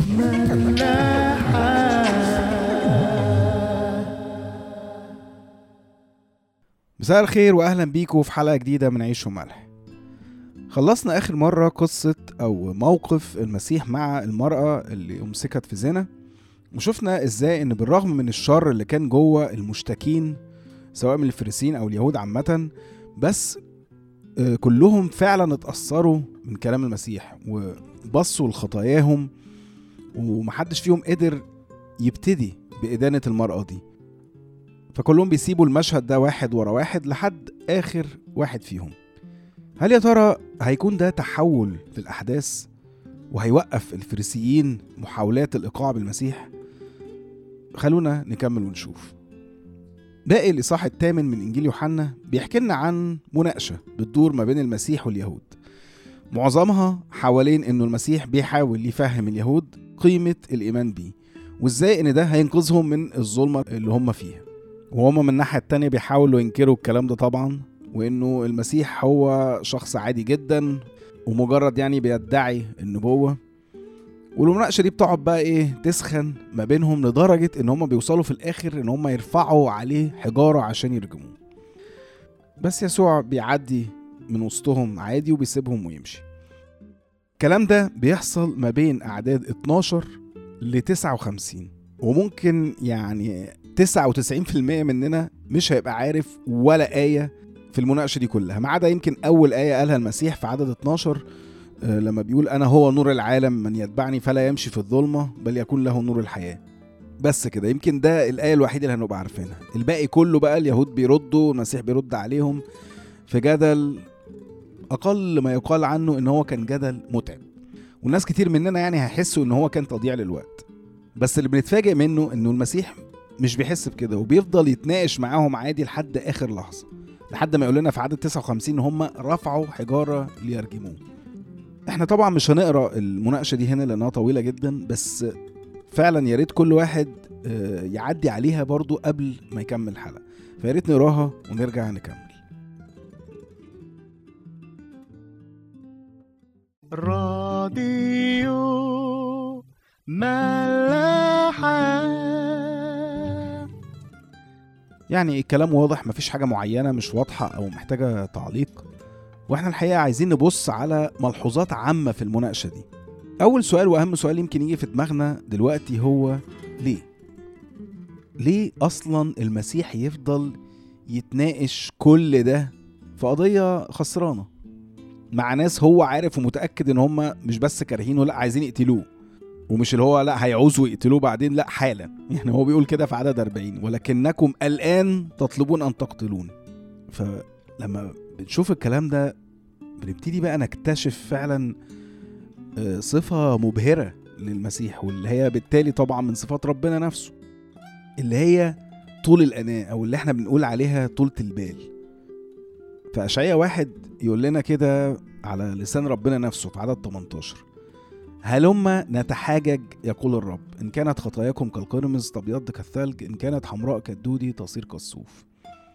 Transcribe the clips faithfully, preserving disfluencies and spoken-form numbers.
مساء الخير واهلا بيكم في حلقة جديدة من عيش وملح. خلصنا اخر مرة قصة او موقف المسيح مع المرأة اللي امسكت في زنا، وشفنا ازاي ان بالرغم من الشر اللي كان جوه المشتكين سواء من الفريسيين او اليهود عامة، بس كلهم فعلا اتأثروا من كلام المسيح وبصوا لخطاياهم، ومحدش فيهم قدر يبتدي بإدانة المرأة دي. فكلهم بيسيبوا المشهد ده واحد ورا واحد لحد آخر واحد فيهم. هل يا ترى هيكون ده تحول في الأحداث وهيوقف الفريسيين محاولات الإيقاع بالمسيح؟ خلونا نكمل ونشوف. باقي الإصحاح الثامن من إنجيل يوحنا بيحكي لنا عن مناقشة بتدور ما بين المسيح واليهود، معظمها حوالين إنه المسيح بيحاول يفهم اليهود قيمة الإيمان بيه وإزاي إن ده هينقذهم من الظلمة اللي هم فيها، وهم من الناحية التانية بيحاولوا ينكروا الكلام ده طبعا، وإنه المسيح هو شخص عادي جدا ومجرد يعني بيدعي النبوة. والمناقشة دي بتقعد بقى إيه تسخن ما بينهم لدرجة إن هم بيوصلوا في الآخر إن هم يرفعوا عليه حجارة عشان يرجموه، بس يسوع بيعدي من وسطهم عادي وبيسيبهم ويمشي. الكلام ده بيحصل ما بين أعداد اتناشر ل تسعة وخمسين، وممكن يعني تسعة وتسعين في المية مننا مش هيبقى عارف ولا آية في المناقشة دي كلها، ما عدا يمكن أول آية قالها المسيح في عدد اتناشر لما بيقول أنا هو نور العالم، من يتبعني فلا يمشي في الظلمة بل يكون له نور الحياة. بس كده، يمكن ده الآية الوحيدة اللي هنبقى عارفينها. الباقي كله بقى اليهود بيردوا والمسيح بيرد عليهم في جدل أقل ما يقال عنه إن هو كان جدل متعب، والناس كتير مننا يعني هيحسوا إن هو كان تضييع للوقت. بس اللي بنتفاجئ منه إنه المسيح مش بيحس بكده، وبيفضل يتناقش معاهم عادي لحد آخر لحظة، لحد ما يقول لنا في عدد تسعة وخمسين هم رفعوا حجارة ليرجموه. احنا طبعا مش هنقرأ المناقشة دي هنا لأنها طويلة جدا، بس فعلا ياريت كل واحد يعدي عليها برضو قبل ما يكمل الحلقة، فياريت نقراها ونرجع نكمل. راديو ملاحة. يعني الكلام واضح، مفيش حاجة معينة مش واضحة أو محتاجة تعليق، واحنا الحقيقة عايزين نبص على ملحوظات عامة في المناقشة دي. أول سؤال وأهم سؤال يمكن يجي في دماغنا دلوقتي هو ليه؟ ليه أصلا المسيح يفضل يتناقش كل ده في قضية خسرانة مع ناس هو عارف ومتأكد إن هم مش بس كارهينه، لا عايزين يقتلوه، ومش اللي هو لا هيعوزوا يقتلوه بعدين، لا حالا. يعني هو بيقول كده في عدد أربعين ولكنكم الآن تطلبون أن تقتلون. فلما بنشوف الكلام ده بنبتدي بقى نكتشف فعلا صفة مبهرة للمسيح، واللي هي بالتالي طبعا من صفات ربنا نفسه، اللي هي طول الأناة، أو اللي احنا بنقول عليها طولة البال. فأشعياء واحد يقول لنا كده على لسان ربنا نفسه في عدد تمنتاشر: هلما نتحاجج يقول الرب، إن كانت خطاياكم كالقرمز تبيض كالثلج، إن كانت حمراء كالدودي تصير كالصوف.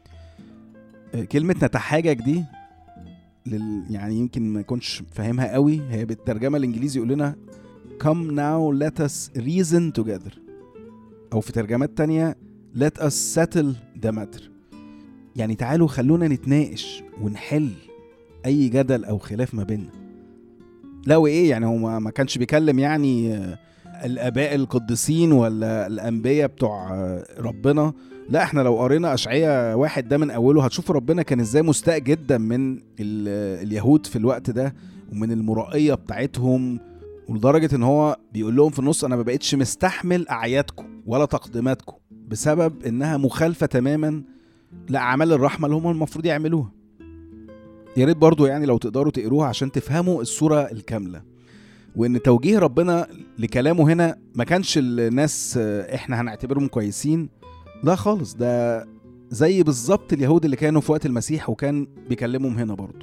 كلمة نتحاجج دي لل... يعني يمكن ما يكونش فاهمها قوي، هي بالترجمة الإنجليزي يقول لنا come now let us reason together، أو في ترجمات تانية let us settle the matter، يعني تعالوا خلونا نتناقش ونحل أي جدل أو خلاف ما بيننا. لا وإيه يعني هو ما كانش بيكلم يعني الآباء القديسين ولا الأنبياء بتوع ربنا، لا احنا لو قرينا أشعياء واحد ده من أوله هتشوف ربنا كان ازاي مستاء جدا من اليهود في الوقت ده ومن المرائية بتاعتهم، ولدرجة ان هو بيقول لهم في النص انا ما بقيتش مستحمل أعيادكم ولا تقديماتكم بسبب انها مخالفة تماما لأعمال الرحمة اللي هم المفروض يعملوها. يا ريت برضو يعني لو تقدروا تقروها عشان تفهموا الصورة الكاملة، وان توجيه ربنا لكلامه هنا ما كانش الناس احنا هنعتبرهم كويسين، لا خالص، ده زي بالظبط اليهود اللي كانوا في وقت المسيح وكان بيكلمهم هنا برضو.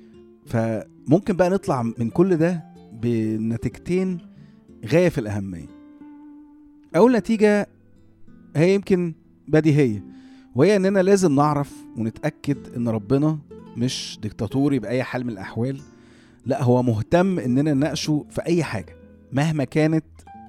فممكن بقى نطلع من كل ده بنتيجتين غاية في الأهمية. أول نتيجة هي يمكن بديهية، وهي أننا لازم نعرف ونتأكد أن ربنا مش ديكتاتوري بأي حال من الأحوال، لا هو مهتم أننا نناقشه في أي حاجة مهما كانت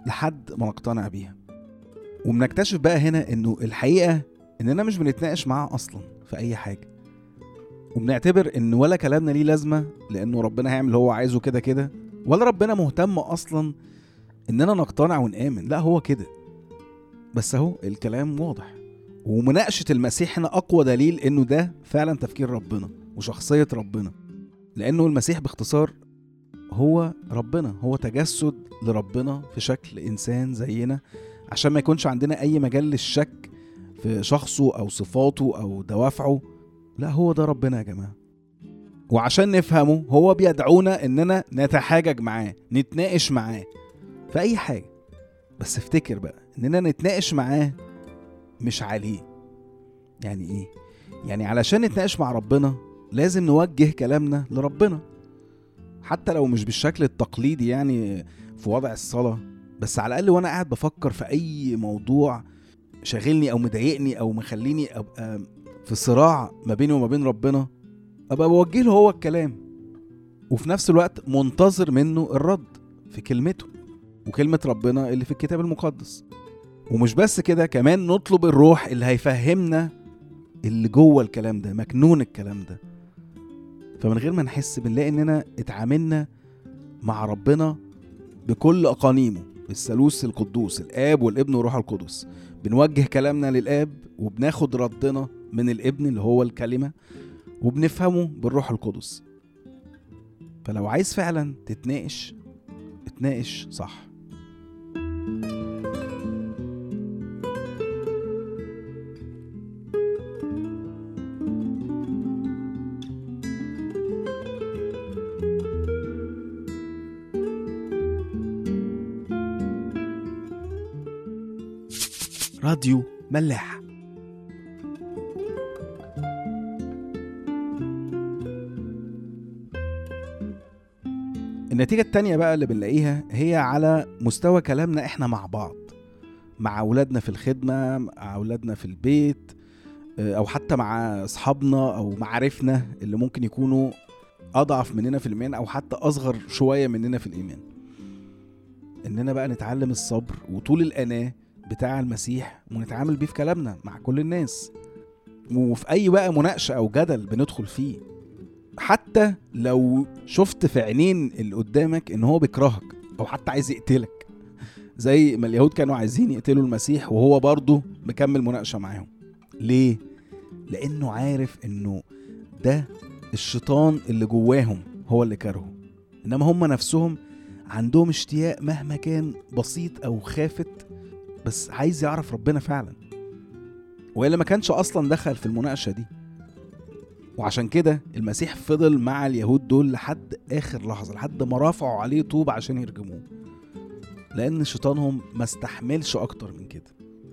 لحد ما نقتنع بيها. وبنكتشف بقى هنا انه الحقيقة اننا مش بنتناقش معاه اصلا في اي حاجة، وبنعتبر ان ولا كلامنا ليه لازمة لانه ربنا هيعمل اللي هو عايزه كده كده، ولا ربنا مهتم اصلا اننا نقتنع ونآمن. لا هو كده بس. اهو الكلام واضح، ومناقشة المسيح هنا اقوى دليل انه ده فعلا تفكير ربنا وشخصية ربنا، لانه المسيح باختصار هو ربنا، هو تجسد لربنا في شكل انسان زينا، عشان ما يكونش عندنا اي مجال للشك في شخصه او صفاته او دوافعه. لا هو ده ربنا يا جماعة. وعشان نفهمه هو بيدعونا اننا نتحاجج معاه، نتناقش معاه في اي حاجة. بس افتكر بقى اننا نتناقش معاه مش عليه. يعني ايه؟ يعني علشان نتناقش مع ربنا لازم نوجه كلامنا لربنا، حتى لو مش بالشكل التقليدي يعني في وضع الصلاة، بس على الأقل وأنا قاعد بفكر في أي موضوع شاغلني أو مضايقني أو مخليني أبقى في صراع ما بيني وما بين ربنا، أبقى بوجه له هو الكلام، وفي نفس الوقت منتظر منه الرد في كلمته وكلمة ربنا اللي في الكتاب المقدس. ومش بس كده، كمان نطلب الروح اللي هيفهمنا اللي جوه الكلام ده، مكنون الكلام ده. فمن غير ما نحس بنلاقي اننا اتعاملنا مع ربنا بكل اقانيمه، الثالوث القدوس، الاب والابن والروح القدس. بنوجه كلامنا للاب وبناخد ردنا من الابن اللي هو الكلمة، وبنفهمه بالروح القدس. فلو عايز فعلا تتناقش، اتناقش صح. راديو ملاح. النتيجة التانية بقى اللي بنلاقيها هي على مستوى كلامنا احنا مع بعض، مع أولادنا في الخدمة، مع أولادنا في البيت، أو حتى مع أصحابنا أو معارفنا اللي ممكن يكونوا أضعف مننا في الإيمان أو حتى أصغر شوية مننا في الإيمان. إننا بقى نتعلم الصبر وطول الأناة بتاع المسيح ونتعامل بيه في كلامنا مع كل الناس، وفي أي بقى مناقشة أو جدل بندخل فيه، حتى لو شفت في عينين اللي قدامك إن هو بيكرهك أو حتى عايز يقتلك، زي ما اليهود كانوا عايزين يقتلوا المسيح وهو برضه مكمل مناقشة معاهم. ليه؟ لأنه عارف إنه ده الشيطان اللي جواهم هو اللي كرهه، إنما هم نفسهم عندهم اشتياق مهما كان بسيط أو خافت، بس عايز يعرف ربنا فعلا، وإلا ما كانش أصلا دخل في المناقشة دي. وعشان كده المسيح فضل مع اليهود دول لحد آخر لحظة، لحد ما رفعوا عليه طوب عشان يرجموه، لأن شيطانهم ما استحملش أكتر من كده.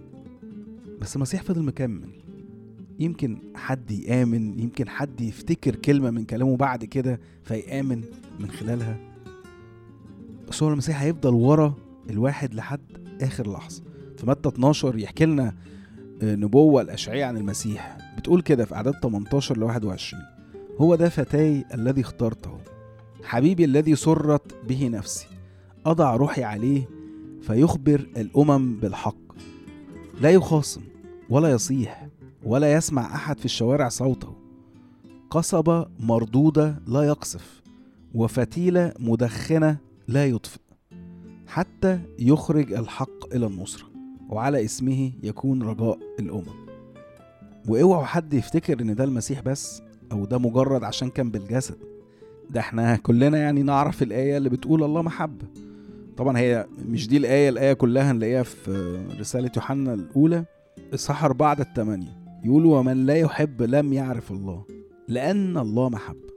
بس المسيح فضل مكمل. يمكن حد يآمن، يمكن حد يفتكر كلمة من كلامه بعد كده فيآمن من خلالها، بس هو المسيح هيفضل ورا الواحد لحد آخر لحظة. في متى اتناشر يحكي لنا نبوة الأشعياء عن المسيح، بتقول كده في أعداد تمنتاشر لواحد وعشرين: هو ده فتاي الذي اخترته، حبيبي الذي سرت به نفسي، أضع روحي عليه فيخبر الأمم بالحق، لا يخاصم ولا يصيح ولا يسمع أحد في الشوارع صوته، قصبة مردودة لا يقصف وفتيلة مدخنة لا يطفئ، حتى يخرج الحق إلى النصرة، وعلى اسمه يكون رجاء الأمم. واوعوا حد يفتكر ان ده المسيح بس، او ده مجرد عشان كان بالجسد. ده احنا كلنا يعني نعرف الآية اللي بتقول الله محبة. طبعا هي مش دي الآية، الآية كلها نلاقيها في رسالة يوحنا الأولى إصحاح أربعة الثمانية، يقول: ومن لا يحب لم يعرف الله لأن الله محبة.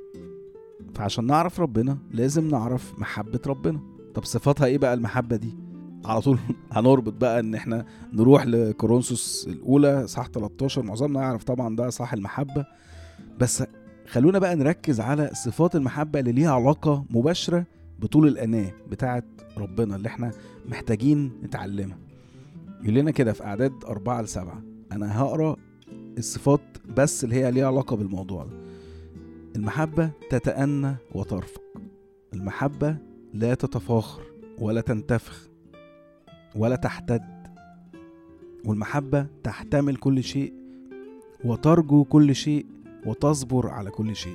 فعشان نعرف ربنا لازم نعرف محبة ربنا. طب صفاتها ايه بقى المحبة دي؟ على طول هنربط بقى ان احنا نروح لكورنثوس الاولى صح تلتاشر، معظمنا يعرف طبعا ده صح المحبة، بس خلونا بقى نركز على صفات المحبة اللي ليها علاقة مباشرة بطول الأناة بتاعت ربنا اللي احنا محتاجين نتعلمها. يقول لنا كده في أعداد أربعة لسبعة، أنا هقرأ الصفات بس اللي هي ليها علاقة بالموضوع ده. المحبة تتأنى وترفق، المحبة لا تتفاخر ولا تنتفخ، ولا تحتد، والمحبة تحتمل كل شيء وترجو كل شيء وتصبر على كل شيء.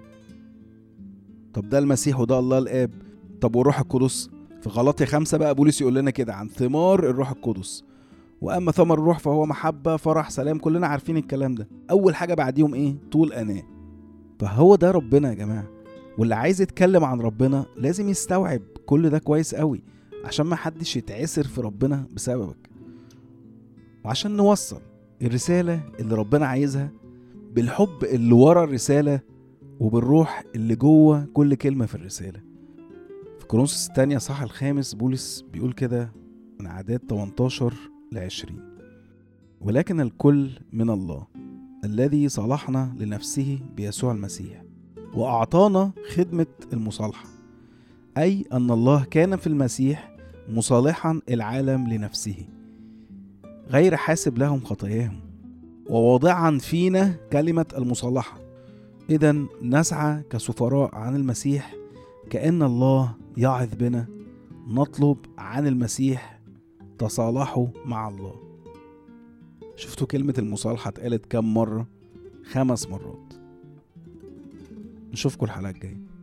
طب ده المسيح وده الله الآب. طب والروح القدس؟ في غلاطية خمسة بقى بولس يقول لنا كده عن ثمار الروح القدس: وأما ثمر الروح فهو محبة فرح سلام. كلنا عارفين الكلام ده. أول حاجة بعديهم إيه؟ طول أناة. فهو ده ربنا يا جماعة، واللي عايز يتكلم عن ربنا لازم يستوعب كل ده كويس قوي عشان ما حدش يتعسر في ربنا بسببك، وعشان نوصل الرسالة اللي ربنا عايزها بالحب اللي ورا الرسالة وبالروح اللي جوه كل كلمة في الرسالة. في كورنثوس الثانية صح الخامس بولس بيقول كده من عدد تمنتاشر لعشرين: ولكن الكل من الله الذي صالحنا لنفسه بيسوع المسيح وأعطانا خدمة المصالحة، أي أن الله كان في المسيح مصالحا العالم لنفسه غير حاسب لهم خطاياهم وواضعا فينا كلمة المصالحة. إذن نسعى كسفراء عن المسيح كأن الله يعظ بنا، نطلب عن المسيح تصالحوا مع الله. شفتوا كلمة المصالحة اتقالت كم مرة؟ خمس مرات. نشوفكم الحلقة الجاية.